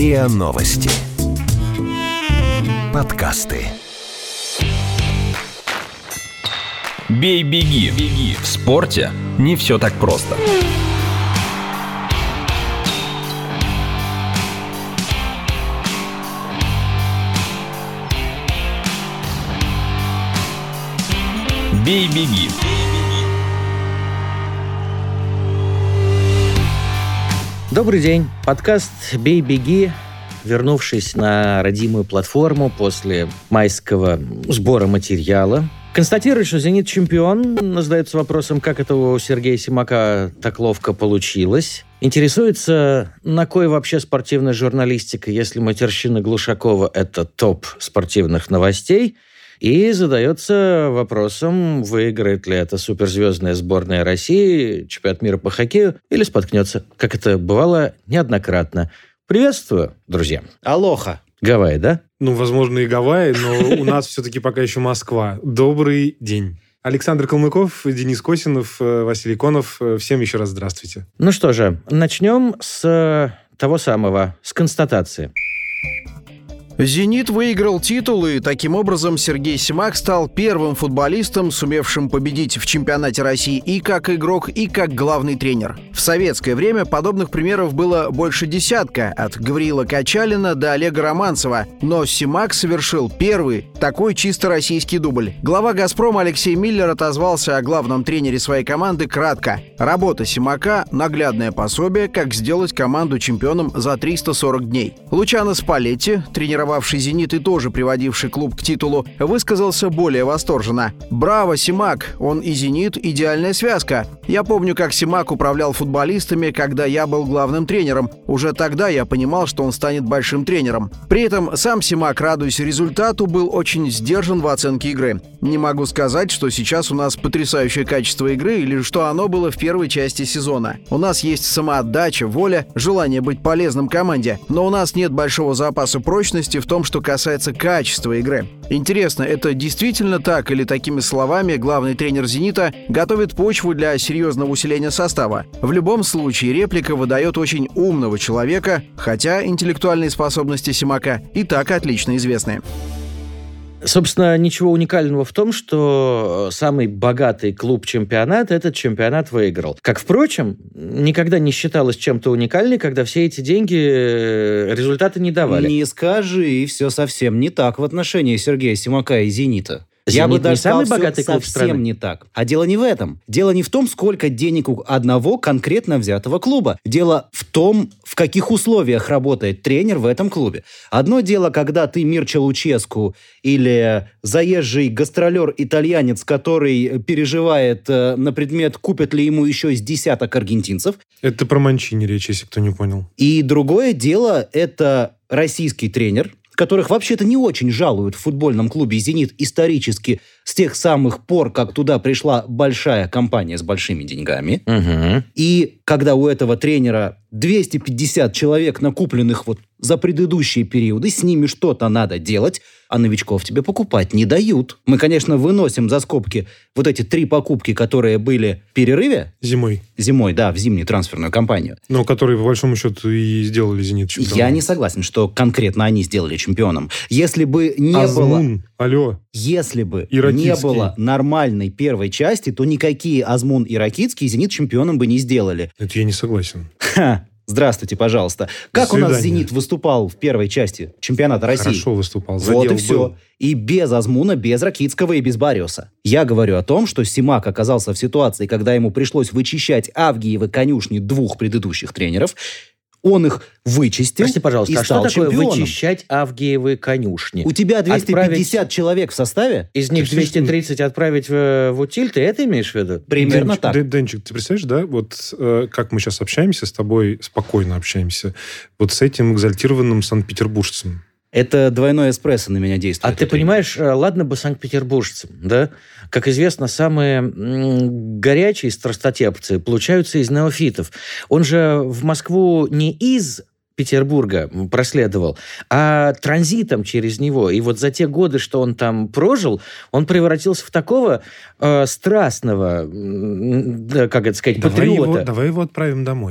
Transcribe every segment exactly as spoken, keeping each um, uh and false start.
РИА Новости. Подкасты. Бей-беги. Беги. В спорте не все так просто. Бей-беги. Добрый день. Подкаст «Бей-беги», вернувшись на родимую платформу после майского сбора материала, констатирует, что «Зенит» чемпион, задается вопросом, как это у Сергея Симака так ловко получилось. Интересуется, на кой вообще спортивная журналистика, если матерщина Глушакова – это топ спортивных новостей. И задается вопросом, выиграет ли это суперзвездная сборная России чемпионат мира по хоккею или споткнется, как это бывало неоднократно. Приветствую, друзья. Алоха. Гавайи, да? Ну, возможно, и Гавайи, но у нас все-таки пока еще Москва. Добрый день. Александр Калмыков, Денис Косинов, Василий Конов. Всем еще раз здравствуйте. Ну что же, начнем с того самого, с констатации. «Зенит» выиграл титул, и таким образом Сергей Симак стал первым футболистом, сумевшим победить в чемпионате России и как игрок, и как главный тренер. В советское время подобных примеров было больше десятка, от Гавриила Качалина до Олега Романцева, но Симак совершил первый такой чисто российский дубль. Глава «Газпрома» Алексей Миллер отозвался о главном тренере своей команды кратко. Работа Симака – наглядное пособие, как сделать команду чемпионом за триста сорок дней. Лучано Спалетти, тренировавший «Зенит» и тоже приводивший клуб к титулу, высказался более восторженно. «Браво, Симак! Он и «Зенит» — идеальная связка. Я помню, как Симак управлял футболистами, когда я был главным тренером. Уже тогда я понимал, что он станет большим тренером. При этом сам Симак, радуясь результату, был очень сдержан в оценке игры. Не могу сказать, что сейчас у нас потрясающее качество игры или что оно было в первой части сезона. У нас есть самоотдача, воля, желание быть полезным команде, но у нас нет большого запаса прочности в том, что касается качества игры. Интересно, это действительно так или такими словами главный тренер «Зенита» готовит почву для серьезного усиления состава? В любом случае, реплика выдает очень умного человека, хотя интеллектуальные способности Симака и так отлично известны. Собственно, ничего уникального в том, что самый богатый клуб чемпионата этот чемпионат выиграл. Как, впрочем, никогда не считалось чем-то уникальным, когда все эти деньги результаты не давали. Не скажи, все совсем не так в отношении Сергея Симака и «Зенита». «Зенит» Я бы даже не самый сказал, богатый клуб совсем страны. не так. А дело не в этом. Дело не в том, сколько денег у одного конкретно взятого клуба. Дело в том, в каких условиях работает тренер в этом клубе. Одно дело, когда ты Мирча Луческу или заезжий гастролер-итальянец, который переживает э, на предмет, купят ли ему еще из десяток аргентинцев. Это про Манчини речь, если кто не понял. И другое дело, это российский тренер, которых вообще-то не очень жалуют в футбольном клубе «Зенит» исторически с тех самых пор, как туда пришла большая компания с большими деньгами. Угу. И когда у этого тренера двести пятьдесят человек, накупленных вот за предыдущие периоды, с ними что-то надо делать, а новичков тебе покупать не дают. Мы, конечно, выносим за скобки вот эти три покупки, которые были в перерыве. Зимой. Зимой, да, в зимнюю трансферную кампанию. Но которые, по большому счету, и сделали «Зенит» чемпионом. Я не согласен, что конкретно они сделали чемпионом. Если бы не Азмун, было... алло. Если бы И не Ракитский. было нормальной первой части, то никакие Азмун и Ракитский «Зенит» чемпионом бы не сделали. Это я не согласен. Ха! Здравствуйте, пожалуйста. Как До у нас свидания. «Зенит» выступал в первой части чемпионата России? Хорошо выступал. Вот Задел и все. был. И без Азмуна, без Ракитского и без Барриоса. Я говорю о том, что Симак оказался в ситуации, когда ему пришлось вычищать Авгиевы конюшни двух предыдущих тренеров. Он их вычистил. Прости, пожалуйста, и а стал что такое чемпионом. вычищать Авгиевы конюшни? У тебя двести пятьдесят Отправить... человек в составе? Из них двести тридцать отправить в, в утиль, ты это имеешь в виду? Примерно Денчик, так. Дэн- Денчик, ты представляешь, да, вот э, как мы сейчас общаемся с тобой, спокойно общаемся, вот с этим экзальтированным санкт-петербуржцем. Это двойной эспрессо на меня действует. А ты понимаешь, ладно бы санкт-петербуржцам, да? Как известно, самые м, горячие страстотепцы получаются из неофитов. Он же в Москву не из Петербурга проследовал, а транзитом через него. И вот за те годы, что он там прожил, он превратился в такого э, страстного, э, как это сказать, Давай патриота. Его, давай его отправим домой.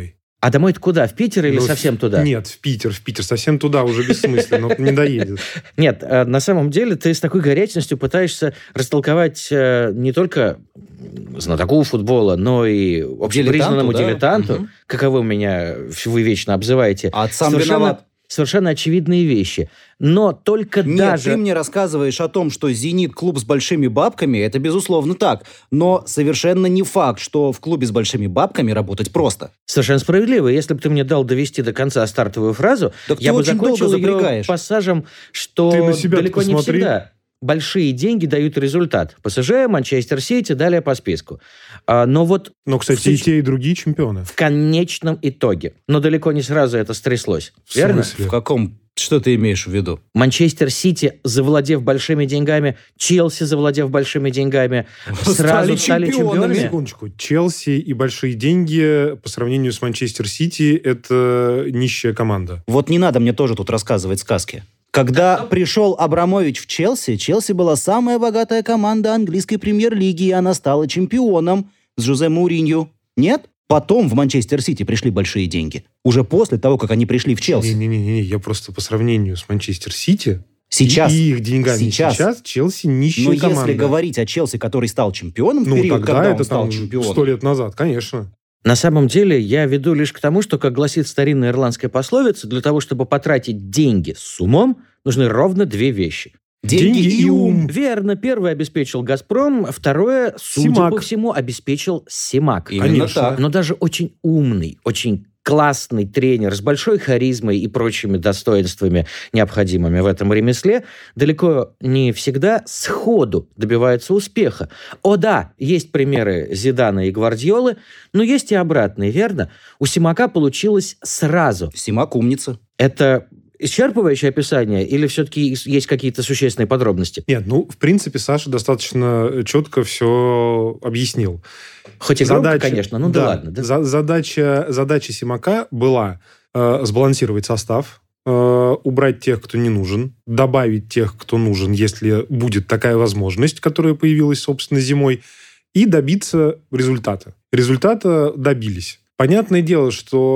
А домой-то куда? В Питер или Ну, совсем туда? Нет, в Питер, в Питер. Совсем туда уже бессмысленно, он не доедет. Нет, э, на самом деле ты с такой горячностью пытаешься растолковать э, не только знатоку футбола, но и общепризнанному Дилетанту, да? дилетанту, Мгм. каковым меня вы вечно обзываете. А сам совершенно, виноват. совершенно очевидные вещи. Но только Нет, даже... ты мне рассказываешь о том, что «Зенит» клуб с большими бабками, это безусловно так. Но совершенно не факт, что в клубе с большими бабками работать просто. Совершенно справедливо. Если бы ты мне дал довести до конца стартовую фразу, Так я ты бы очень закончил долго ее запрягаешь. пассажем, что Ты на себя-то далеко не посмотри. всегда большие деньги дают результат. ПСЖ, Манчестер Сити, далее по списку. А, но вот Но, кстати, в, и суч- те, и другие чемпионы. в конечном итоге, но далеко не сразу это стряслось. В Верно? смысле? В каком... Что ты имеешь в виду? Манчестер Сити, завладев большими деньгами, Челси, завладев большими деньгами, сразу Стали стали чемпионами. чемпионами. Секундочку. Челси и большие деньги по сравнению с Манчестер Сити – это нищая команда. Вот не надо мне тоже тут рассказывать сказки. Когда пришел Абрамович в Челси, Челси была самая богатая команда английской премьер-лиги, и она стала чемпионом с Жозе Мауринью. Нет? Потом в Манчестер Сити пришли большие деньги. Уже после того, как они пришли в Челси. Не-не-не, я просто по сравнению с Манчестер Сити Сейчас. и их деньгами Сейчас. сейчас, Челси нищая Но команда. если говорить о Челси, который стал чемпионом в Ну, период, тогда когда он это стал там чемпионом, сто лет назад, конечно. На самом деле, я веду лишь к тому, что, как гласит старинная ирландская пословица, для того, чтобы потратить деньги с умом, нужны ровно две вещи. деньги, деньги и и ум. ум. Верно, первое обеспечил «Газпром», второе, судя Симак. по всему, обеспечил «Симак». Именно Конечно. так. Но даже очень умный, очень классный тренер с большой харизмой и прочими достоинствами, необходимыми в этом ремесле, далеко не всегда сходу добивается успеха. О да, есть примеры Зидана и Гвардиолы, но есть и обратные, верно? У Симака получилось сразу. Симак умница. Это исчерпывающее описание или все-таки есть какие-то существенные подробности? Нет, ну, в принципе, Саша достаточно четко все объяснил. Хоть и громко, конечно, ну да, ладно. Да? за- задача, задача Симака была э, сбалансировать состав, э, убрать тех, кто не нужен, добавить тех, кто нужен, если будет такая возможность, которая появилась, собственно, зимой, и добиться результата. Результата добились. Понятное дело,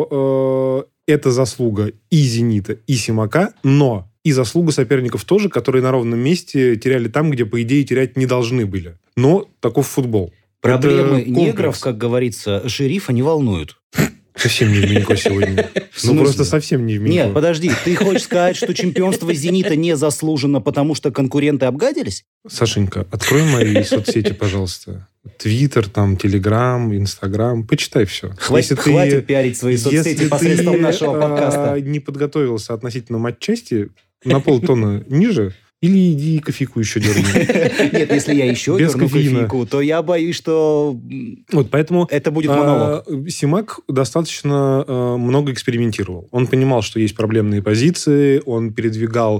что э, это заслуга и «Зенита», и «Симака», но и заслуга соперников тоже, которые на ровном месте теряли там, где, по идее, терять не должны были. Но таков футбол. Проблемы Это негров, комплекс. как говорится, шерифа не волнуют. Совсем не в Минько сегодня. Ну, смысле? просто совсем не в Минько. Нет, подожди, ты хочешь сказать, что чемпионство «Зенита» не заслужено, потому что конкуренты обгадились? Сашенька, открой мои соцсети, пожалуйста. Твиттер, там, Телеграм, Инстаграм. Почитай все. Хватит, хватит пиарить свои соцсети если посредством ты, нашего а, подкаста. не подготовился относительно матчасти на полтона ниже, или иди кофейку еще дерни. Нет, если я еще Без дерну кофеина. кофейку, то я боюсь, что м, Вот поэтому это будет монолог. а, Симак достаточно а, много экспериментировал. Он понимал, что есть проблемные позиции, он передвигал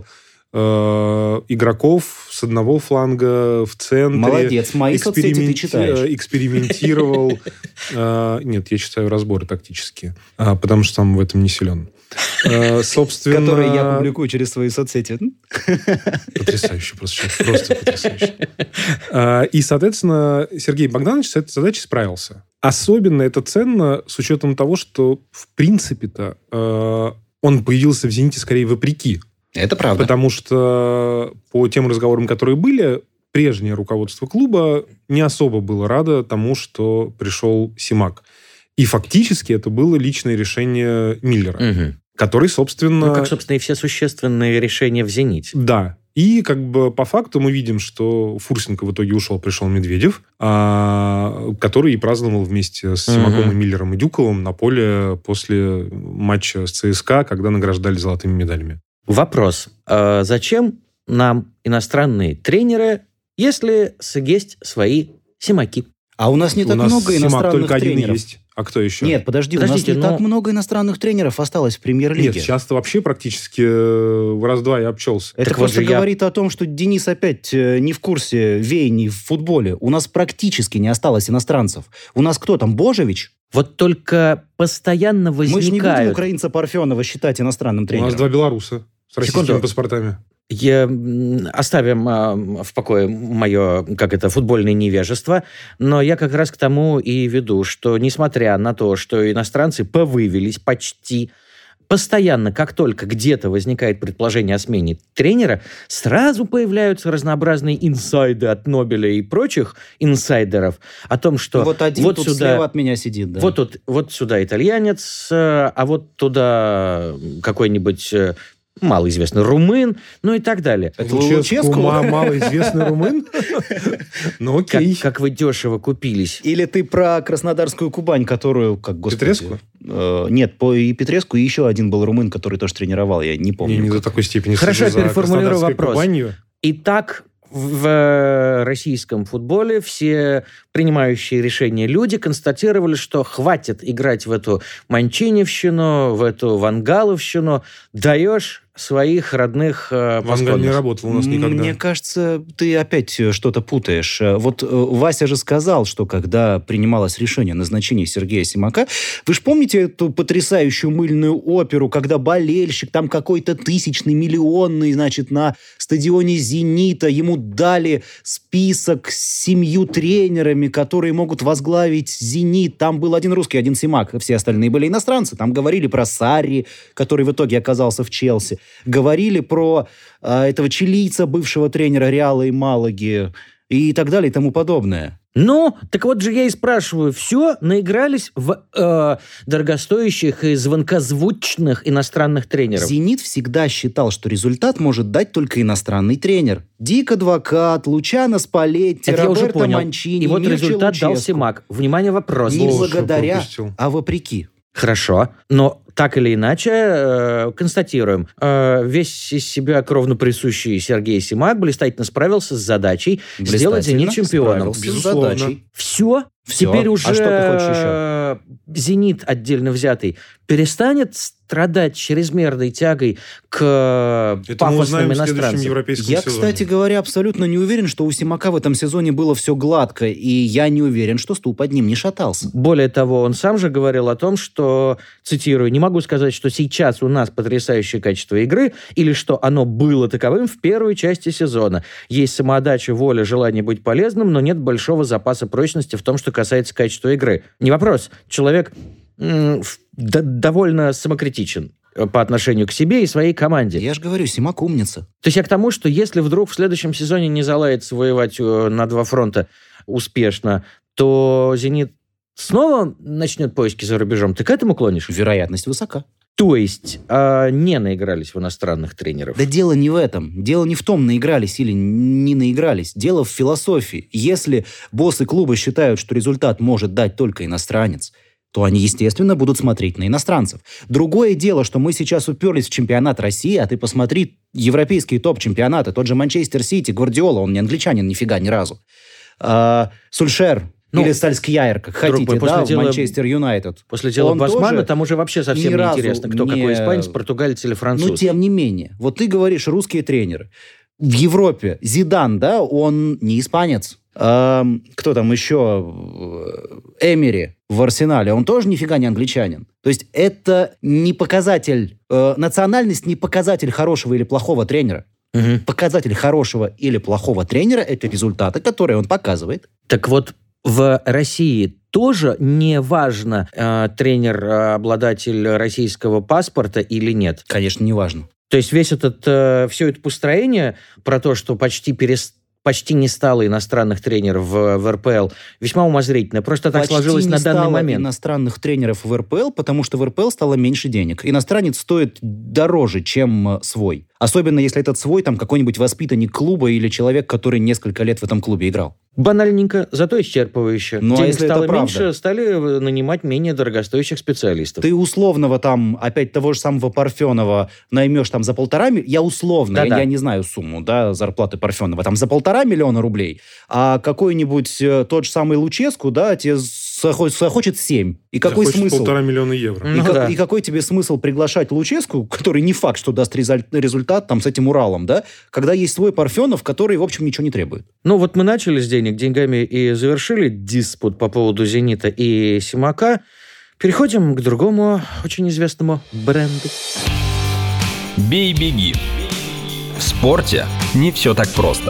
а, игроков с одного фланга в центре. Молодец, мои соцсети ты эксперименти- читаешь. Экспериментировал. А, Нет, я читаю разборы тактические, а, потому что сам в этом не силен. А, Собственно... Которые я публикую через свои соцсети. Потрясающе, просто, человек, просто потрясающе. А, И, соответственно, Сергей Богданович с этой задачей справился. Особенно это ценно с учетом того, что, в принципе-то, э, он появился в «Зените» скорее вопреки. Это правда. Потому что по тем разговорам, которые были, прежнее руководство клуба не особо было радо тому, что пришел Симак. И фактически это было личное решение Миллера, Мгм. который, собственно... Ну, как, собственно, и все существенные решения в «Зените». Да. И как бы по факту мы видим, что Фурсенко в итоге ушел, пришел Медведев, а, который и праздновал вместе с Симаком, Мгм. и Миллером, и Дюковым на поле после матча с ЦСКА, когда награждали золотыми медалями. Вопрос. А зачем нам иностранные тренеры, если есть свои Симаки? А у нас не У так нас много Симак иностранных только один и тренеров. есть. А кто еще? Нет, подожди, у Подождите, нас не но- так много иностранных тренеров осталось в премьер-лиге. Нет, сейчас-то вообще практически э, в раз-два и обчелся. Это Так вот просто же я- говорит о том, что Денис опять э, не в курсе веяний в футболе. У нас практически не осталось иностранцев. У нас кто там, Божевич? Вот только постоянно Мы же не будем возникают... украинца Парфенова считать иностранным У нас тренером. два белоруса с российскими Секунду. паспортами. Я, оставим а, в покое мое, как это, футбольное невежество, но я как раз к тому и веду, что несмотря на то, что иностранцы повывелись почти, постоянно, как только где-то возникает предположение о смене тренера, сразу появляются разнообразные инсайды от Нобеля и прочих инсайдеров о том, что вот один вот тут сюда, слева от меня сидит, да. Вот, тут, вот сюда итальянец, а вот туда какой-нибудь малоизвестный румын, ну и так далее. Это Луческу малоизвестный румын? Ну окей. Как вы дешево купились. Или ты про краснодарскую Кубань, которую, как, господи... Петреску? Э, нет, по и Петреску, и еще один был румын, который тоже тренировал, я не помню. Не, не до такой степени. Хорошо, я переформулирую вопрос. Кубанью. Итак, в российском футболе все принимающие решения люди констатировали, что хватит играть в эту манчиневщину, в эту вангаловщину, даешь своих родных э, Вангал не работал у нас никогда. Мне кажется, ты опять что-то путаешь. Вот э, Вася же сказал, что когда принималось решение о назначении Сергея Симака, вы же помните эту потрясающую мыльную оперу, когда болельщик там какой-то тысячный, миллионный, значит, на стадионе «Зенита» ему дали список с семью тренерами, которые могут возглавить «Зенит». Там был один русский, один Симак, все остальные были иностранцы. Там говорили про Сарри, который в итоге оказался в Челси. Говорили про э, этого чилийца, бывшего тренера Реала и Малаги, и так далее, и тому подобное. Ну, так вот же я и спрашиваю, все наигрались в э, дорогостоящих и звонкозвучных иностранных тренеров. «Зенит» всегда считал, что результат может дать только иностранный тренер. Дик Адвокат, Лучано Спалетти, Это Роберто я уже понял. Манчини, И вот Мирча результат Луческу. дал Симак. Внимание, вопрос. Не Слушай, благодаря, пропустил. а вопреки. Хорошо, но так или иначе э, констатируем, э, весь из себя кровно присущий Сергей Симак блистательно справился с задачей сделать «Зенит» чемпионом. Справился с Безусловно. задачей. Все? Всё. Теперь А уже что ты хочешь еще? «Зенит» отдельно взятый перестанет страдать чрезмерной тягой к Это мы узнаем пафосным в следующем иностранцам? европейском Я, сезоне. кстати говоря, абсолютно не уверен, что у Симака в этом сезоне было все гладко, и я не уверен, что стул под ним не шатался. Более того, он сам же говорил о том, что, цитирую, «не могу сказать, что сейчас у нас потрясающее качество игры или что оно было таковым в первой части сезона. Есть самоотдача, воля, желание быть полезным, но нет большого запаса прочности в том, что касается качества игры». Не вопрос. Человек м, в- д- довольно самокритичен по отношению к себе и своей команде. Я же говорю, Симак умница. То есть я к тому, что если вдруг в следующем сезоне не залается воевать э, на два фронта успешно, то «Зенит» снова начнет поиски за рубежом. Ты к этому клонишь? Вероятность высока. То есть э, не наигрались в иностранных тренеров? Да дело не в этом. Дело не в том, наигрались или не наигрались. Дело в философии. Если боссы клуба считают, что результат может дать только иностранец, то они, естественно, будут смотреть на иностранцев. Другое дело, что мы сейчас уперлись в чемпионат России, а ты посмотри европейские топ-чемпионаты. Тот же Манчестер Сити, Гвардиола, он не англичанин нифига ни разу. А, Сульшер Ну, или Сальскьяер, как друг хотите, мой, после да, в дела- Манчестер Юнайтед. После дела Он Басмана тоже там уже вообще совсем ни не разу интересно, кто не- какой испанец, португалец или француз. Но тем не менее, вот ты говоришь, русские тренеры. В Европе Зидан, да, он не испанец. Эм, кто там еще? Эмери в Арсенале, он тоже нифига не англичанин. То есть это не показатель, э, национальность не показатель хорошего или плохого тренера. Мгм. Показатель хорошего или плохого тренера – это результаты, которые он показывает. Так вот, в России тоже не важно, э, тренер, э, обладатель российского паспорта или нет. Конечно, не важно. То есть весь этот, э, все это построение про то, что почти перес- почти не стало иностранных тренеров в, в эр пэ эл, весьма умозрительно. Просто так Почти сложилось не на данный стало момент. иностранных тренеров в эр пэ эл, потому что в эр пэ эл стало меньше денег. Иностранец стоит дороже, чем э, свой. Особенно, если этот свой там какой-нибудь воспитанник клуба или человек, который несколько лет в этом клубе играл. Банальненько, зато исчерпывающе. Ну, а Денег если это стало правда? меньше, стали нанимать менее дорогостоящих специалистов. Ты условного там, опять того же самого Парфенова наймешь там за полтора миллиона, я условно, я, Да-да. я не знаю сумму, да, зарплаты Парфенова, там за полтора миллиона рублей, а какой-нибудь э, тот же самый Луческу, да, тебе захочет, захочет семь. И какой Захочет смысл? полтора миллиона евро. Ну И, как- да. и какой тебе смысл приглашать Луческу, который не факт, что даст резаль- результат там с этим Уралом, да, когда есть свой Парфенов, который, в общем, ничего не требует. Ну вот мы начали с денег, деньгами и завершили диспут по поводу «Зенита» и «Симака». Переходим к другому очень известному бренду. «Бей-беги». спорте не все так просто.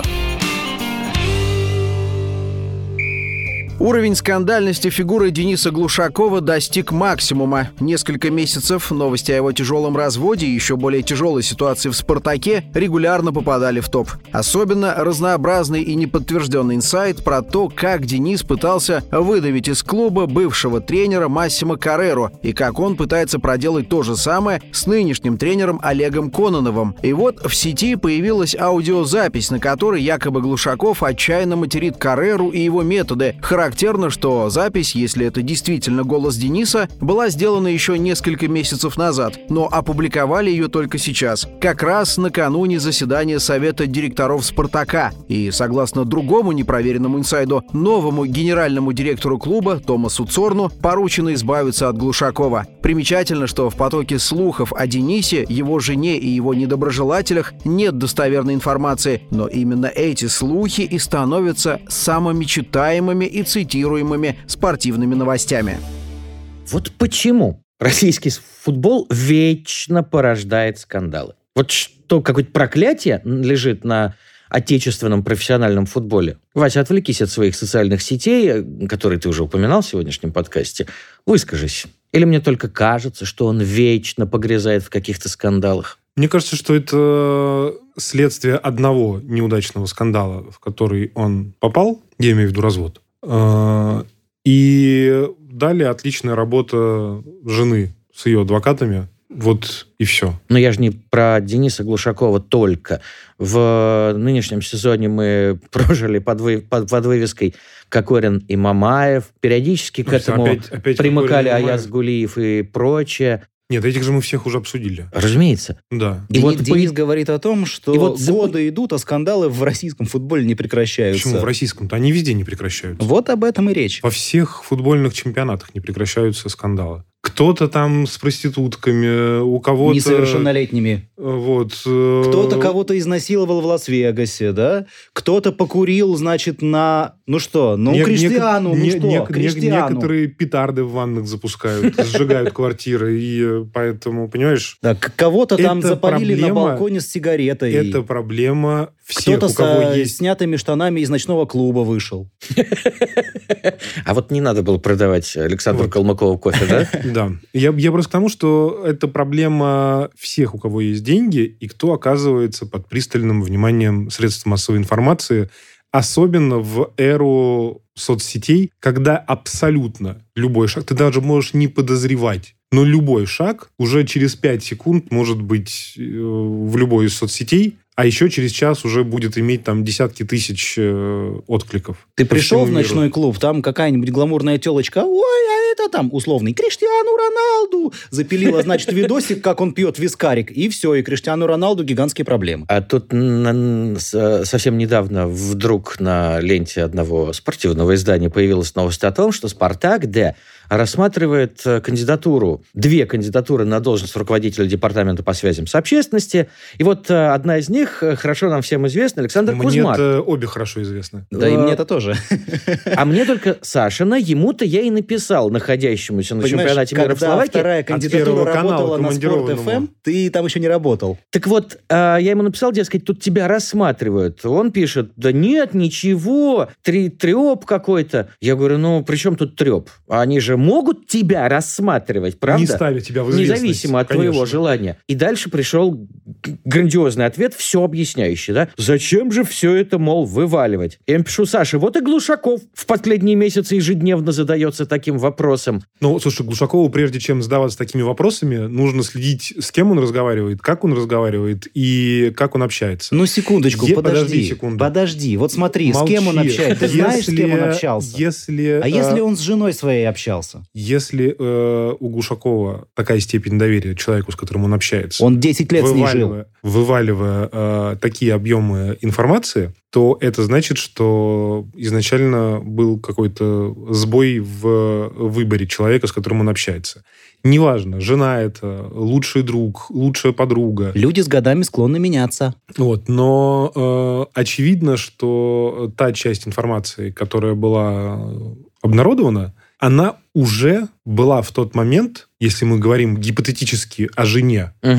Уровень скандальности фигуры Дениса Глушакова достиг максимума. Несколько месяцев новости о его тяжелом разводе и еще более тяжелой ситуации в «Спартаке» регулярно попадали в топ. Особенно разнообразный и неподтвержденный инсайт про то, как Денис пытался выдавить из клуба бывшего тренера Массимо Карреру и как он пытается проделать то же самое с нынешним тренером Олегом Кононовым. И вот в сети появилась аудиозапись, на которой якобы Глушаков отчаянно материт Карреру и его методы. Характерно, что запись, если это действительно голос Дениса, была сделана еще несколько месяцев назад, но опубликовали ее только сейчас, как раз накануне заседания Совета директоров «Спартака». И, согласно другому непроверенному инсайду, новому генеральному директору клуба Томасу Цорну поручено избавиться от Глушакова. Примечательно, что в потоке слухов о Денисе, его жене и его недоброжелателях нет достоверной информации, но именно эти слухи и становятся самыми читаемыми и цитируемыми спортивными новостями. Вот почему российский футбол вечно порождает скандалы. Вот что, какое-то проклятие лежит на отечественном профессиональном футболе? Вася, отвлекись от своих социальных сетей, которые ты уже упоминал в сегодняшнем подкасте. Выскажись. Или мне только кажется, что он вечно погрязает в каких-то скандалах? Мне кажется, что это следствие одного неудачного скандала, в который он попал, я имею в виду развод. И далее отличная работа жены с ее адвокатами. Вот и все. Но я же не про Дениса Глушакова только. В нынешнем сезоне мы прожили под, вы, под, под вывеской Кокорин и Мамаев. Периодически к этому опять, опять примыкали Аяз Гулиев и прочее. Нет, этих же мы всех уже обсудили. Разумеется. Да. И, и вот Денис по... говорит о том, что и вот годы за... идут, а скандалы в российском футболе не прекращаются. Почему в российском-то? Они везде не прекращаются. Вот об этом и речь. Во всех футбольных чемпионатах не прекращаются скандалы. Кто-то там с проститутками, у кого-то... Несовершеннолетними. Вот. Кто-то кого-то изнасиловал в Лас-Вегасе, да? Кто-то покурил, значит, на... Ну что? Ну, не, Криштиану, не, ну не, что? Не, Криштиану. Некоторые петарды в ваннах запускают, сжигают квартиры, и поэтому, понимаешь... Да, кого-то там запалили на балконе с сигаретой. Это проблема всех, кто-то у кого с есть... снятыми штанами из ночного клуба вышел. А вот не надо было продавать Александру Калмыкову кофе, да? Да. Я, я просто к тому, что это проблема всех, у кого есть деньги, и кто оказывается под пристальным вниманием средств массовой информации, особенно в эру соцсетей, когда абсолютно любой шаг, ты даже можешь не подозревать, но любой шаг уже через пять секунд может быть в любой из соцсетей, а еще через час уже будет иметь там десятки тысяч э, откликов. Ты пришел в ночной миру. клуб, там какая-нибудь гламурная телочка, ой, а это там условный Криштиану Роналду, запилила, значит, видосик, как он пьет вискарик, и все, и Криштиану Роналду гигантские проблемы. А тут на, совсем недавно вдруг на ленте одного спортивного издания появилась новость о том, что «Спартак», да, рассматривает кандидатуру, две кандидатуры на должность руководителя департамента по связям с общественностью. И вот одна из них, хорошо нам всем известна, Александр мне Кузьмак. Мне обе хорошо известны. Да, и мне это тоже. А мне только Сашина, ему-то я и написал, находящемуся на Понимаешь, чемпионате мира в Словакии. Когда вторая кандидатура работала на Спорт эф эм, ты там еще не работал. Так вот, я ему написал, дескать, тут тебя рассматривают. Он пишет, да нет, ничего, треп какой-то. Я говорю, ну, при чем тут треп? Они же могут тебя рассматривать, правда? Не ставя тебя в известность. Независимо от Конечно. твоего желания. И дальше пришел грандиозный ответ, все объясняющий, да? Зачем же все это, мол, вываливать? Я им пишу, Саша, вот и Глушаков в последние месяцы ежедневно задается таким вопросом. Ну, слушай, Глушакову, прежде чем задаваться такими вопросами, нужно следить, с кем он разговаривает, как он разговаривает и как он общается. Ну, секундочку, Е- подожди. Подожди секунду. Подожди, вот смотри, Молчи. с кем он общается? Ты если, знаешь, с кем он общался? Если, а если он с женой своей общался? Если э, у Глушакова такая степень доверия человеку, с которым он общается... Он десять лет с ней жил. Вываливая э, такие объемы информации, то это значит, что изначально был какой-то сбой в выборе человека, с которым он общается. Неважно, жена это, лучший друг, лучшая подруга. Люди с годами склонны меняться. Вот, но э, очевидно, что та часть информации, которая была обнародована, она уже была в тот момент, если мы говорим гипотетически о жене, угу.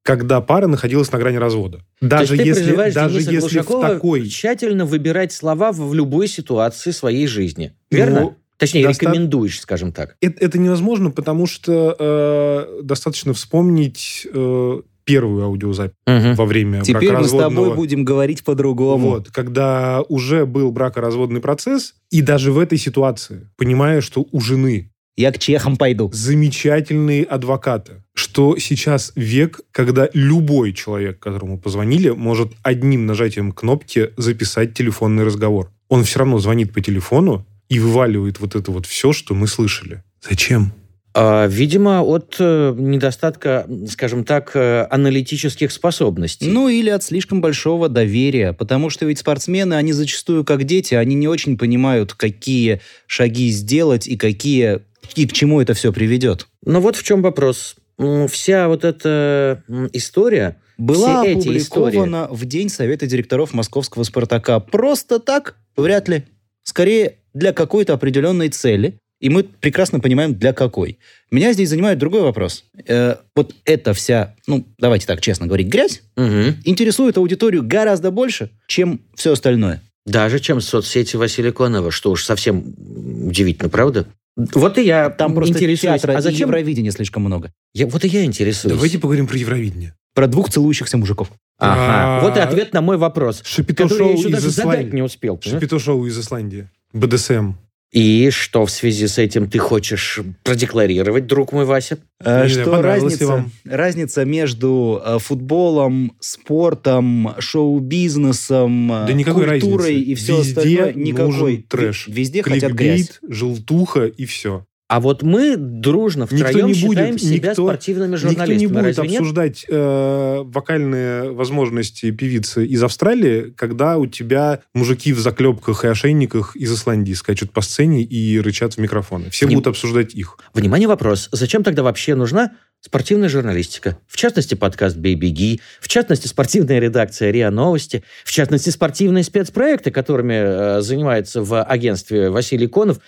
когда пара находилась на грани развода. Даже То есть ты если, призываешь даже Дениса если в Глушакова такой... тщательно выбирать слова в любой ситуации своей жизни. Верно? Ну, Точнее, доста- рекомендуешь, скажем так. Это, это невозможно, потому что э, достаточно вспомнить э, первую аудиозапись Мгм. во время Теперь мы с бракоразводного... тобой будем говорить по-другому. Вот, когда уже был бракоразводный процесс, и даже в этой ситуации, понимая, что у жены Я к чехам пойду. замечательные адвокаты, что сейчас век, когда любой человек, которому позвонили, может одним нажатием кнопки записать телефонный разговор. Он все равно звонит по телефону и вываливает вот это вот все, что мы слышали. Зачем? А, видимо, от э, недостатка, скажем так, э, аналитических способностей. Ну, или от слишком большого доверия, потому что ведь спортсмены, они зачастую как дети, они не очень понимают, какие шаги сделать и какие и к чему это все приведет. Но вот в чем вопрос. М, Вся вот эта м, история, Была все эти истории... опубликована в день Совета директоров московского «Спартака». Просто так? Вряд ли. Скорее, для какой-то определенной цели. И мы прекрасно понимаем, для какой. Меня здесь занимает другой вопрос. Э, вот эта вся, ну, давайте так честно говорить, грязь Мгм. интересует аудиторию гораздо больше, чем все остальное. Даже чем соцсети Василия Конова, что уж совсем удивительно, правда? Вот и я Там просто интересуюсь. театра А и зачем? Евровидения слишком много. Я, вот и я интересуюсь. Давайте поговорим про Евровидение. Про двух целующихся мужиков. Ага. А, Вот и ответ на мой вопрос, который я Шапито-шоу еще из даже задать Исландии. не успел. понимаешь? Шапито-шоу из Исландии. бэ дэ эс эм. И что в связи с этим ты хочешь продекларировать, друг мой Вася? Э, Не знаю, Что понравилось ли разница, вам? разница между э, футболом, спортом, шоу-бизнесом, э, Да никакой культурой разницы. и все Везде остальное никакой. нужен трэш. В- Везде хотят Кликбейт, грязь. желтуха и все. А вот мы дружно Никто втроем не считаем будет, себя никто- спортивными Никто журналистами. не будет Разве нет? обсуждать э, вокальные возможности певицы из Австралии, когда у тебя мужики в заклепках и ошейниках из Исландии скачут по сцене и рычат в микрофоны. Все Не- будут обсуждать их. Внимание, вопрос. Зачем тогда вообще нужна спортивная журналистика? В частности, подкаст «Бей-беги», в частности, спортивная редакция РИА Новости, в частности, спортивные спецпроекты, которыми э, занимается в агентстве Василий Конов.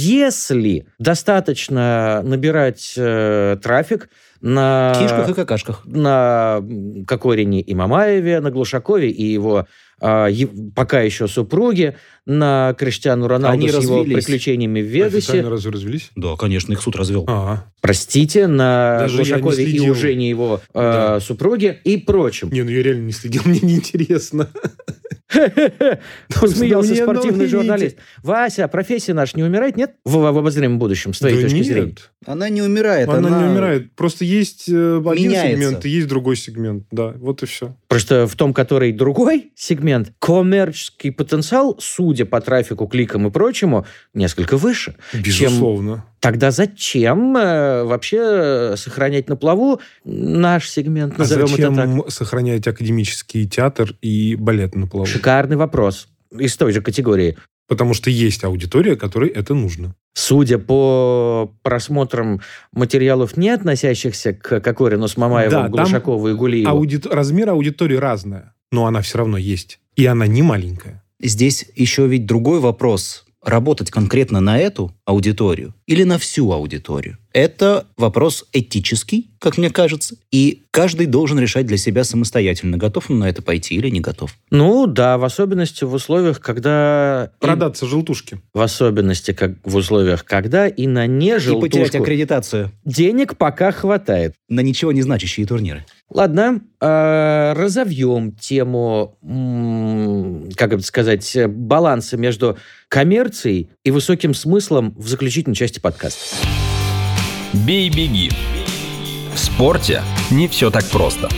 Если достаточно набирать э, трафик на... В кишках и какашках. на Кокорине и Мамаеве, на Глушакове и его а, е- пока еще супруге, на Криштиану Роналду Они с его развелись. приключениями в Вегасе. Официально разве развелись? Да, конечно, их суд развел. А, Простите, на Даже я не Глушакове и следил. уже не его а, Да. супруге и прочем. не, ну я реально не следил, мне неинтересно. Смеялся мне спортивный новые журналист. Вася, профессия наша не умирает, нет? В, в обозримом будущем, с твоей Да точки нет. зрения. Она не умирает. Она, Она, не умирает. Просто есть э, один меняется. сегмент и есть другой сегмент. Да, вот и все. Просто в том, который другой сегмент, коммерческий потенциал, судя по трафику, кликам и прочему, несколько выше. Безусловно. Тогда зачем э, вообще сохранять на плаву наш сегмент, А назовем это так? зачем сохранять академический театр и балет на плаву? Шикарный вопрос. Из той же категории. Потому что есть аудитория, которой это нужно. Судя по просмотрам материалов, не относящихся к Кокорину с Мамаевым, Да, там Глушакову и Гулиеву, Ауди- Размер аудитории разная, но она все равно есть. И она не маленькая. Здесь еще ведь другой вопрос. Работать конкретно на эту аудиторию или на всю аудиторию? Это вопрос этический, как мне кажется, и каждый должен решать для себя самостоятельно, готов он на это пойти или не готов. ну да, в особенности в условиях, когда... и- Продаться желтушки. В особенности как в условиях, когда и на И потерять нежелтушку аккредитацию денег пока хватает. на ничего не значащие турниры. Ладно, э, разовьем тему, м, как это сказать, э, баланса между коммерцией и высоким смыслом в заключительной части подкаста. Бей-беги. В спорте не все так просто.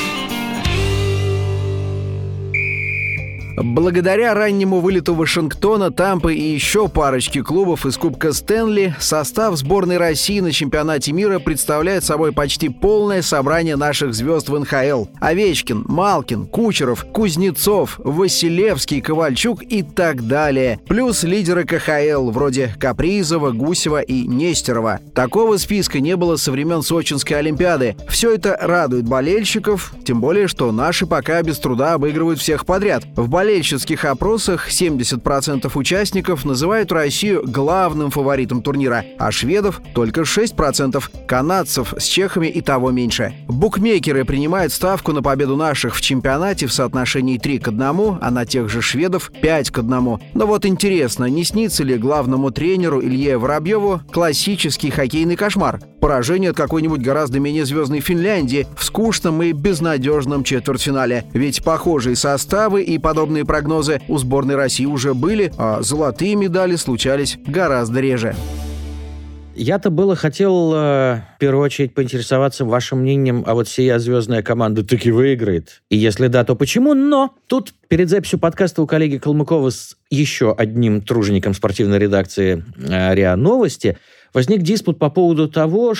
Благодаря раннему вылету Вашингтона, Тампы и еще парочки клубов из Кубка Стэнли, состав сборной России на чемпионате мира представляет собой почти полное собрание наших звезд в эн ха эл. Овечкин, Малкин, Кучеров, Кузнецов, Василевский, Ковальчук и так далее. Плюс лидеры ка ха эл вроде Капризова, Гусева и Нестерова. Такого списка не было со времен Сочинской Олимпиады. Все это радует болельщиков, тем более, что наши пока без труда обыгрывают всех подряд. В балете болельщических опросах семьдесят процентов участников называют Россию главным фаворитом турнира, а шведов только шесть процентов, канадцев с чехами и того меньше. Букмекеры принимают ставку на победу наших в чемпионате в соотношении три к одному, а на тех же шведов пять к одному. Но вот интересно, не снится ли главному тренеру Илье Воробьеву классический хоккейный кошмар? Поражение от какой-нибудь гораздо менее звездной Финляндии в скучном и безнадежном четвертьфинале. Ведь похожие составы и подобные прогнозы у сборной России уже были, а золотые медали случались гораздо реже. Я-то было хотел э, в первую очередь поинтересоваться вашим мнением, а вот сия звездная команда таки выиграет? И если да, то почему? Но тут перед записью подкаста у коллеги Калмыкова с еще одним тружеником спортивной редакции э, РИА Новости возник диспут по поводу того,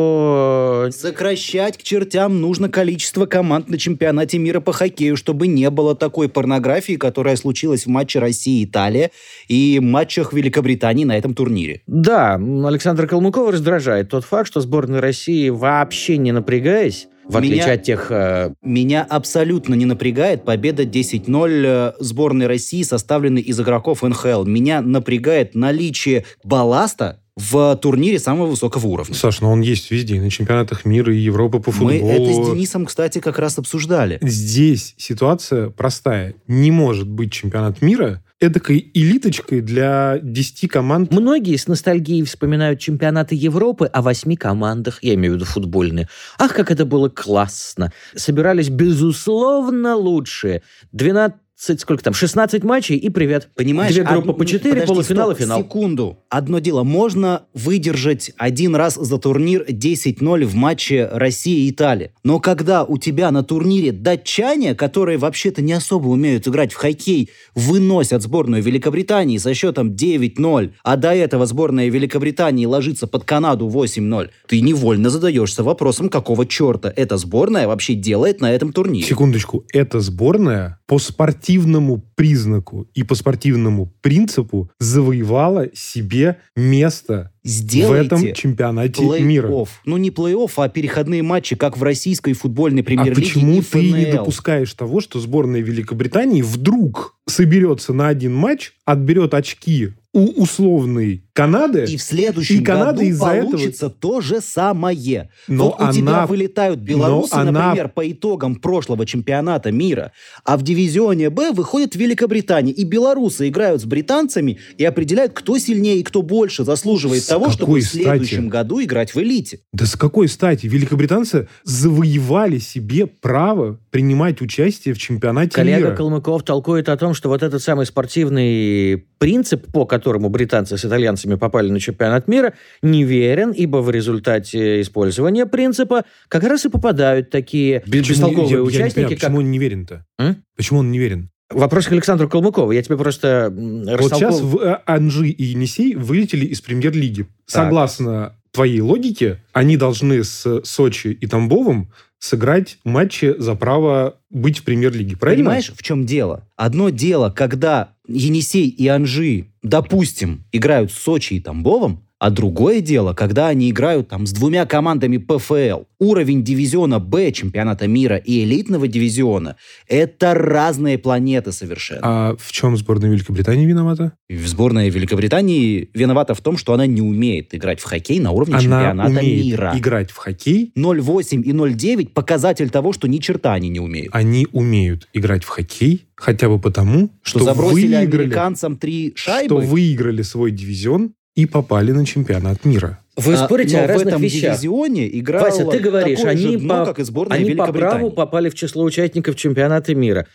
что... Сокращать к чертям нужно количество команд на чемпионате мира по хоккею, чтобы не было такой порнографии, которая случилась в матче России-Италия и матчах Великобритании на этом турнире. Да, Александра Калмыкова раздражает тот факт, что сборная России, вообще не напрягаясь, в отличие меня, от тех... Э... Меня абсолютно не напрягает победа десять ноль сборной России, составленной из игроков эн ха эл. Меня напрягает наличие балласта в турнире самого высокого уровня. Саш, но он есть везде, и на чемпионатах мира, и Европы по футболу. Мы это с Денисом, кстати, как раз обсуждали. Здесь ситуация простая. Не может быть чемпионат мира эдакой элиточкой для десяти команд. Многие с ностальгией вспоминают чемпионаты Европы о восьми командах, я имею в виду футбольные. Ах, как это было классно. Собирались, безусловно, лучшие. двенадцать сколько там, шестнадцать матчей и привет. Понимаешь? Две группы од... по четыре, Подожди, полуфинал стоп, и финал. Секунду. Одно дело, можно выдержать один раз за турнир десять ноль в матче Россия и Италия. Но когда у тебя на турнире датчане, которые вообще-то не особо умеют играть в хоккей, выносят сборную Великобритании со счетом девять ноль, а до этого сборная Великобритании ложится под Канаду восемь ноль, ты невольно задаешься вопросом, какого черта эта сборная вообще делает на этом турнире. Секундочку. Эта сборная по спортивному признаку и по спортивному принципу завоевала себе место Сделайте в этом чемпионате плей-офф. мира. Ну, не плей-офф, а переходные матчи, как в российской футбольной премьер-лиге. А почему и ты не ФНЛ? допускаешь того, что сборная Великобритании вдруг соберется на один матч, отберет очки у условной Канады, и в следующем и Канада году из-за получится этого... то же самое. Но вот у она... тебя вылетают белорусы, она... например, по итогам прошлого чемпионата мира, а в дивизионе Б выходит Великобритания, и белорусы играют с британцами и определяют, кто сильнее и кто больше заслуживает с того, чтобы в следующем стати? году играть в элите. Да с какой стати? Великобританцы завоевали себе право принимать участие в чемпионате Коллега мира. Калмыков толкует о том, что вот этот самый спортивный принцип, по которому британцы с итальянцами попали на чемпионат мира, неверен, ибо в результате использования принципа как раз и попадают такие Почему? бестолковые я, я участники. не понимаю, как... почему он не верен-то? М? Почему он не верен? Вопрос к Александру Калмыкову. Я тебе просто растолков... Вот сейчас в Анжи и Енисей вылетели из премьер-лиги. Так. Согласно твоей логике, они должны с Сочи и Тамбовом сыграть матчи за право быть в премьер-лиге. Правильно? Понимаешь, в чем дело? Одно дело, когда Енисей и Анжи, допустим, играют с Сочи и Тамбовом, а другое дело, когда они играют там с двумя командами пэ эф эл. Уровень дивизиона Б чемпионата мира и элитного дивизиона – это разные планеты совершенно. А в чем сборная Великобритании виновата? Сборная Великобритании виновата в том, что она не умеет играть в хоккей на уровне Она чемпионата умеет мира. играть в хоккей. ноль восемь и ноль девять – показатель того, что ни черта они не умеют. Они умеют играть в хоккей хотя бы потому, Что, что, забросили выиграли, американцам три шайбы. что выиграли свой дивизион и попали на чемпионат мира. Вы спорите а, о но разных в этом вещах. дивизионе играл Вася, ты говоришь, такое они, же дно, по, как и сборная они по Великобритании. праву попали в число участников чемпионата мира.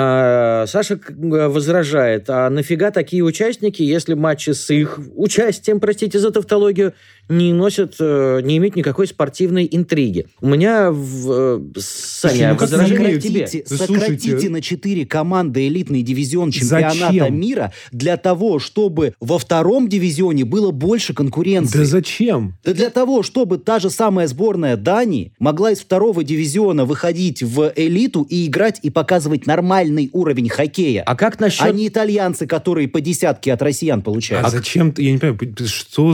А, Саша возражает, а нафига такие участники, если матчи с их участием, простите за тавтологию, не носят, не имеют никакой спортивной интриги. У меня, в, Саня, ну как возражение к тебе. Сократите, Да сократите слушайте. на четыре команды элитный дивизион чемпионата Зачем? мира для того, чтобы во втором дивизионе было больше конкуренции. Да зачем? Зачем? Да для того, чтобы та же самая сборная Дании могла из второго дивизиона выходить в элиту и играть и показывать нормальный уровень хоккея. А как насчет... А не итальянцы, которые по десятке от россиян получают. А зачем? Я не понимаю, что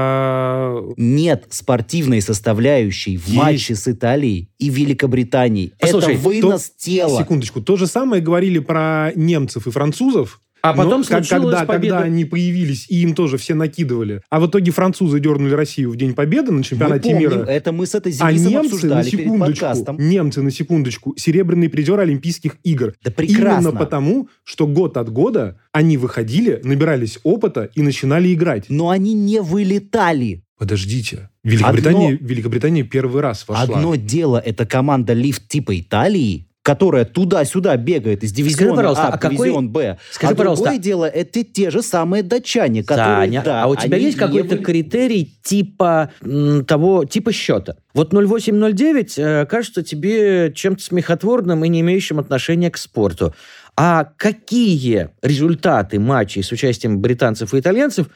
за... Нет спортивной составляющей в Есть. матче с Италией и Великобританией. Послушай, это вынос то- тела. Секундочку. То же самое говорили про немцев и французов. А потом Но как- случилась когда, победа. когда они появились, и им тоже все накидывали. А в итоге французы дернули Россию в День Победы на Мы чемпионате помним, мира. это мы с этой А Зенисом немцы, на обсуждали перед секундочку, подкастом. немцы, на секундочку, серебряный призер Олимпийских игр. Да прекрасно. Именно потому, что год от года они выходили, набирались опыта и начинали играть. Но они не вылетали. Подождите. Великобритания, Одно- Великобритания первый раз вошла. Одно дело, это команда лифт типа Италии, которая туда-сюда бегает из дивизиона пожалуйста, А а в какой- дивизион Б. Скажи, а пожалуйста, другое дело, это те же самые датчане, которые, Саня, да, а у тебя они есть не какой-то вы- критерий типа м, того, типа счета? Вот ноль восемь ноль девять э, кажется тебе чем-то смехотворным и не имеющим отношения к спорту. А какие результаты матчей с участием британцев и итальянцев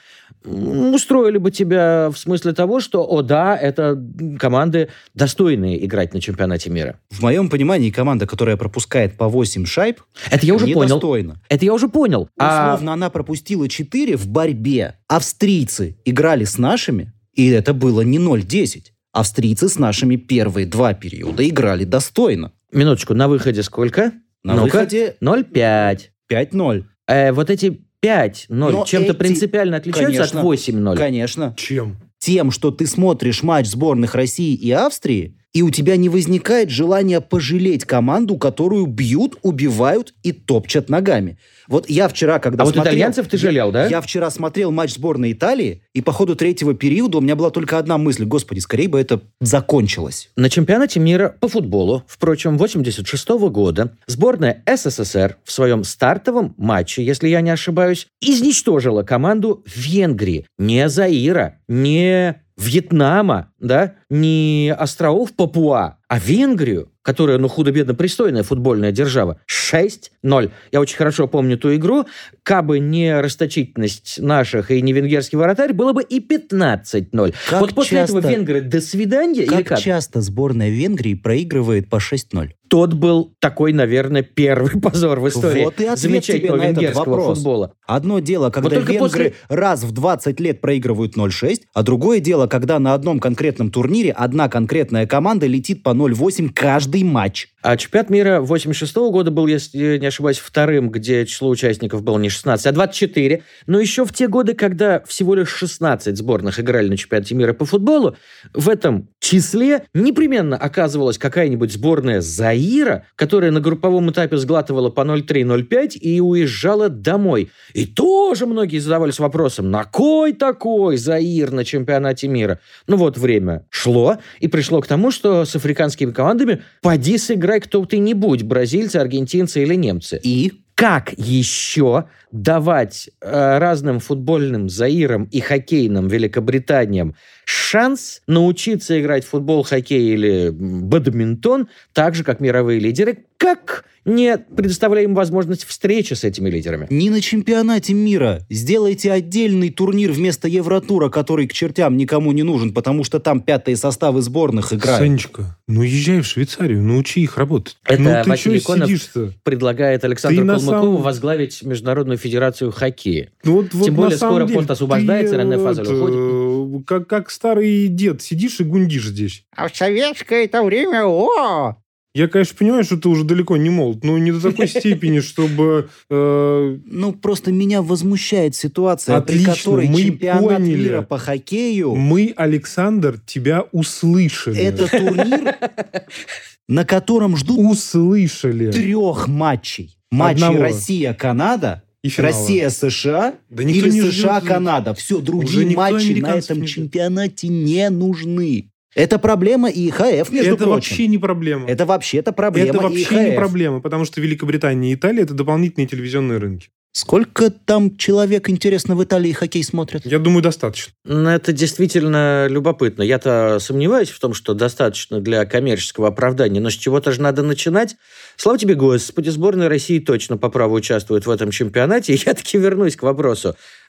м, устроили бы тебя в смысле того, что, о да, это команды достойные играть на чемпионате мира? В моем понимании, команда, которая пропускает по восемь шайб, Это я уже понял. недостойна. Это я уже понял. А- Условно, она пропустила четыре в борьбе. Австрийцы играли с нашими, и это было не ноль десять. Австрийцы с нашими первые два периода играли достойно. Минуточку, на выходе сколько? На Ну-ка. выходе ноль пять. пять ноль. Э, вот эти пять ноль Но чем-то эти- принципиально отличаются Конечно. от восемь ноль? Конечно. Чем? Тем, что ты смотришь матч сборных России и Австрии, и у тебя не возникает желания пожалеть команду, которую бьют, убивают и топчат ногами. Вот я вчера, когда А вот смотрел... итальянцев ты жалел, да? Я вчера смотрел матч сборной Италии, и по ходу третьего периода у меня была только одна мысль. Господи, скорее бы это закончилось. На чемпионате мира по футболу, впрочем, восемьдесят шестого года, сборная СССР в своем стартовом матче, если я не ошибаюсь, изничтожила команду Венгрии. Не Заира, не Вьетнама, да, не островов Папуа, а Венгрию, которая, ну, худо-бедно пристойная футбольная держава. шесть ноль. Я очень хорошо помню ту игру. Кабы не расточительность наших и не венгерский вратарь, было бы и пятнадцать ноль. Как Вот после часто- этого венгры до свидания или Как, как? часто сборная Венгрии проигрывает по шесть ноль? Тот был такой, наверное, первый позор в истории Вот и ответ замечательного тебе на этот венгерского вопрос. футбола. Одно дело, когда только венгры после- раз в двадцать лет проигрывают ноль шесть, а другое дело, когда на одном конкретном турнире одна конкретная команда летит по ноль восемь каждый матч. А чемпионат мира восемьдесят шестого года был, если не ошибаюсь, вторым, где число участников было не шестнадцать, а двадцать четыре. Но еще в те годы, когда всего лишь шестнадцать сборных играли на чемпионате мира по футболу, в этом числе непременно оказывалась какая-нибудь сборная Заира, которая на групповом этапе сглатывала по ноль три ноль пять и уезжала домой. И тоже многие задавались вопросом, на кой такой Заир на чемпионате мира? Ну вот время шло, и пришло к тому, что с африканскими командами поди сыграй кто-то-нибудь, бразильцы, аргентинцы или немцы. И Как еще давать э, разным футбольным Заирам и хоккейным Великобританиям шанс научиться играть в футбол, хоккей или м, бадминтон так же, как мировые лидеры, как не предоставляя им возможность встречи с этими лидерами? не на чемпионате мира. Сделайте отдельный турнир вместо Евротура, который к чертям никому не нужен, потому что там пятые составы сборных играют. Санечка, ну езжай в Швейцарию, научи их работать. Это ну ты Василий что Конов сидишь-то? предлагает Александру Ты на Калмыкову самом- возглавить Международную федерацию хоккея. Ну, вот, вот Тем на более самом скоро деле, пост освобождается, ты, Рене Фазель это, уходит. Как, как старый дед сидишь и гундишь здесь. А в советское это время, о! Я, конечно, понимаю, что ты уже далеко не молод, но не до такой степени, чтобы... э, Ну, просто меня возмущает ситуация, Отлично, при которой мы чемпионат поняли. мира по хоккею... Мы, Александр, тебя услышали. Это турнир, на котором ждут Услышали. трех матчей. Матчи Одного. Россия-Канада, И финала. Россия-США Да никто или не ждет. США-Канада. Все, Уже другие никто матчи на американцев этом не ждет. чемпионате не нужны. Это проблема и ИХФ, между Это прочим. вообще не проблема. Это вообще-то проблема Это и вообще не ИХФ. проблема, потому что Великобритания и Италия – это дополнительные телевизионные рынки. Сколько там человек, интересно, в Италии хоккей смотрят? Я думаю, достаточно. Ну, это действительно любопытно. Я-то сомневаюсь в том, что достаточно для коммерческого оправдания, но с чего-то же надо начинать. Слава тебе, Господи, сборная России точно по праву участвует в этом чемпионате. И я таки вернусь к вопросу.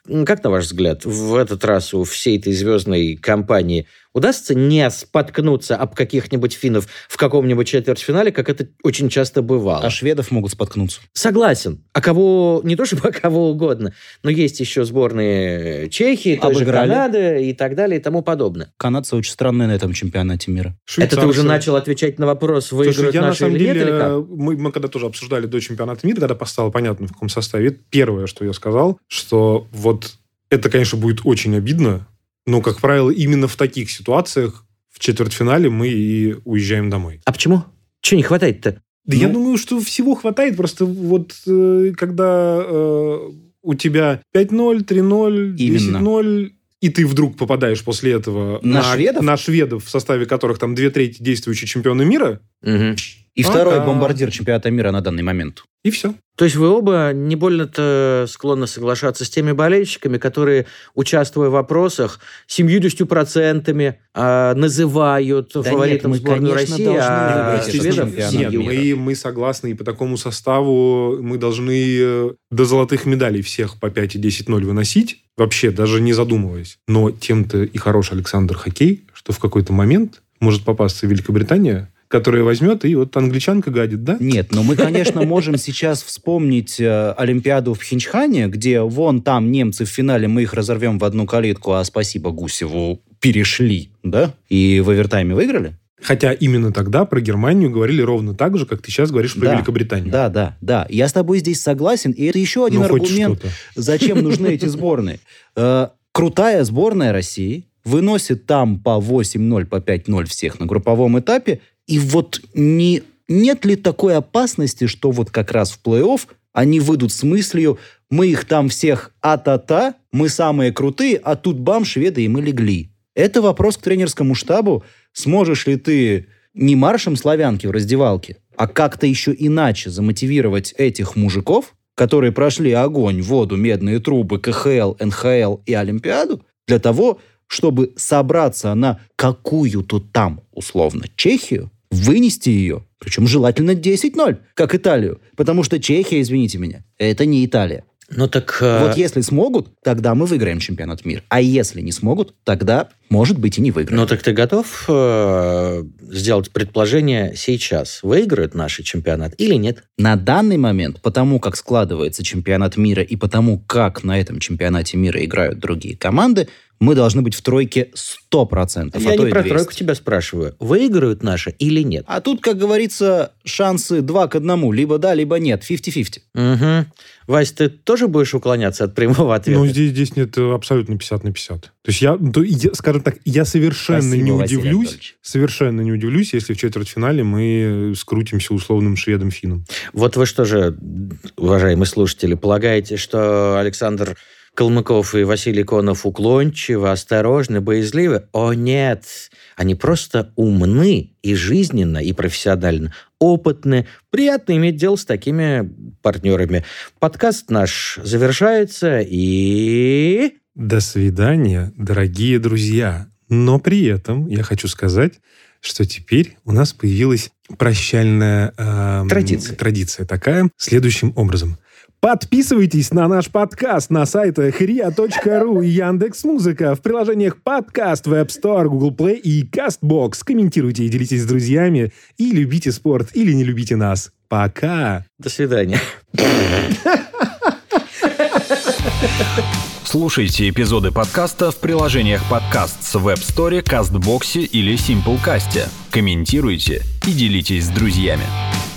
Как, на ваш взгляд, в этот раз у всей этой звездной компании удастся не споткнуться об каких-нибудь финнов в каком-нибудь четвертьфинале, как это очень часто бывало? А шведов могут споткнуться. Согласен. А кого, не то чтобы а кого угодно, но есть еще сборные Чехии, той же Канады и так далее и тому подобное. Канадцы очень странные на этом чемпионате мира. Швейцарцы. Это ты уже начал отвечать на вопрос, выиграют Слушай, наши или деле, нет, или как? Мы, мы когда тоже обсуждали до чемпионата мира, когда стало понятно, в каком составе, это первое, что я сказал, что вот это, конечно, будет очень обидно, но, как правило, именно в таких ситуациях в четвертьфинале мы и уезжаем домой. А почему? Чего не хватает-то? Да ну... я думаю, что всего хватает. Просто вот э, когда э, у тебя пять ноль, три ноль, десять ноль, и ты вдруг попадаешь после этого на, на, шведов? на шведов, в составе которых там две трети действующие чемпионы мира. Угу. И а, второй а... бомбардир чемпионата мира на данный момент. И все. То есть вы оба не больно-то склонны соглашаться с теми болельщиками, которые, участвуя в вопросах, семьдесят процентов э, называют да фаворитом нет, мы, сборную конечно, России, а шведов нет, мы, мы согласны, и по такому составу мы должны до золотых медалей всех по пять и десять ноль выносить, вообще даже не задумываясь. Но тем-то и хорош Александр Хоккей, что в какой-то момент может попасться Великобритания, которая возьмет, и вот англичанка гадит, да? Нет, но мы, конечно, можем сейчас вспомнить э, Олимпиаду в Хинчхане, где вон там немцы в финале, мы их разорвем в одну калитку, а спасибо Гусеву, перешли, да? И в овертайме выиграли. Хотя именно тогда про Германию говорили ровно так же, как ты сейчас говоришь про да, Великобританию. Да, да, да. Я с тобой здесь согласен, и это еще один ну, аргумент, зачем нужны эти сборные. Э, крутая сборная России выносит там по восемь ноль, по пять ноль всех на групповом этапе. И вот не, нет ли такой опасности, что вот как раз в плей-офф они выйдут с мыслью, мы их там всех а-та-та, мы самые крутые, а тут бам, шведы, и мы легли. Это вопрос к тренерскому штабу. Сможешь ли ты не маршем славянки в раздевалке, а как-то еще иначе замотивировать этих мужиков, которые прошли огонь, воду, медные трубы, ка ха эл, эн ха эл и Олимпиаду, для того, чтобы собраться на какую-то там, условно, Чехию, вынести ее, причем желательно десять ноль, как Италию. Потому что Чехия, извините меня, это не Италия. Ну так... Вот если смогут, тогда мы выиграем чемпионат мира. А если не смогут, тогда, может быть, и не выиграем. Ну так ты готов э, сделать предположение сейчас? Выиграют наши чемпионат или нет? На данный момент, потому как складывается чемпионат мира и потому как на этом чемпионате мира играют другие команды, мы должны быть в тройке сто процентов. Я а то не и про двести. Тройку тебя спрашиваю. Выиграют наши или нет? А тут, как говорится, шансы два к одному. Либо да, либо нет. пятьдесят на пятьдесят. Угу. Вась, ты тоже будешь уклоняться от прямого ответа? Ну, здесь, здесь нет абсолютно пятьдесят на пятьдесят. То есть я, то, я скажем так, я совершенно Спасибо, не удивлюсь, совершенно не удивлюсь, если в четвертьфинале мы скрутимся условным шведом-финном. Вот вы что же, уважаемые слушатели, полагаете, что Александр Калмыков и Василий Конов уклончивы, осторожны, боязливы? О, нет! Они просто умны и жизненно, и профессионально опытны. Приятно иметь дело с такими партнерами. Подкаст наш завершается, и... До свидания, дорогие друзья. Но при этом я хочу сказать, что теперь у нас появилась прощальная э, традиция. традиция такая, следующим образом. Подписывайтесь на наш подкаст на сайтах риа точка ру и Яндекс.Музыка, в приложениях подкаст в App Store, Google Play и CastBox. Комментируйте и делитесь с друзьями. И любите спорт, или не любите нас. Пока. До свидания. Слушайте эпизоды подкаста в приложениях подкаст в App Store, CastBox или SimpleCast. Комментируйте и делитесь с друзьями.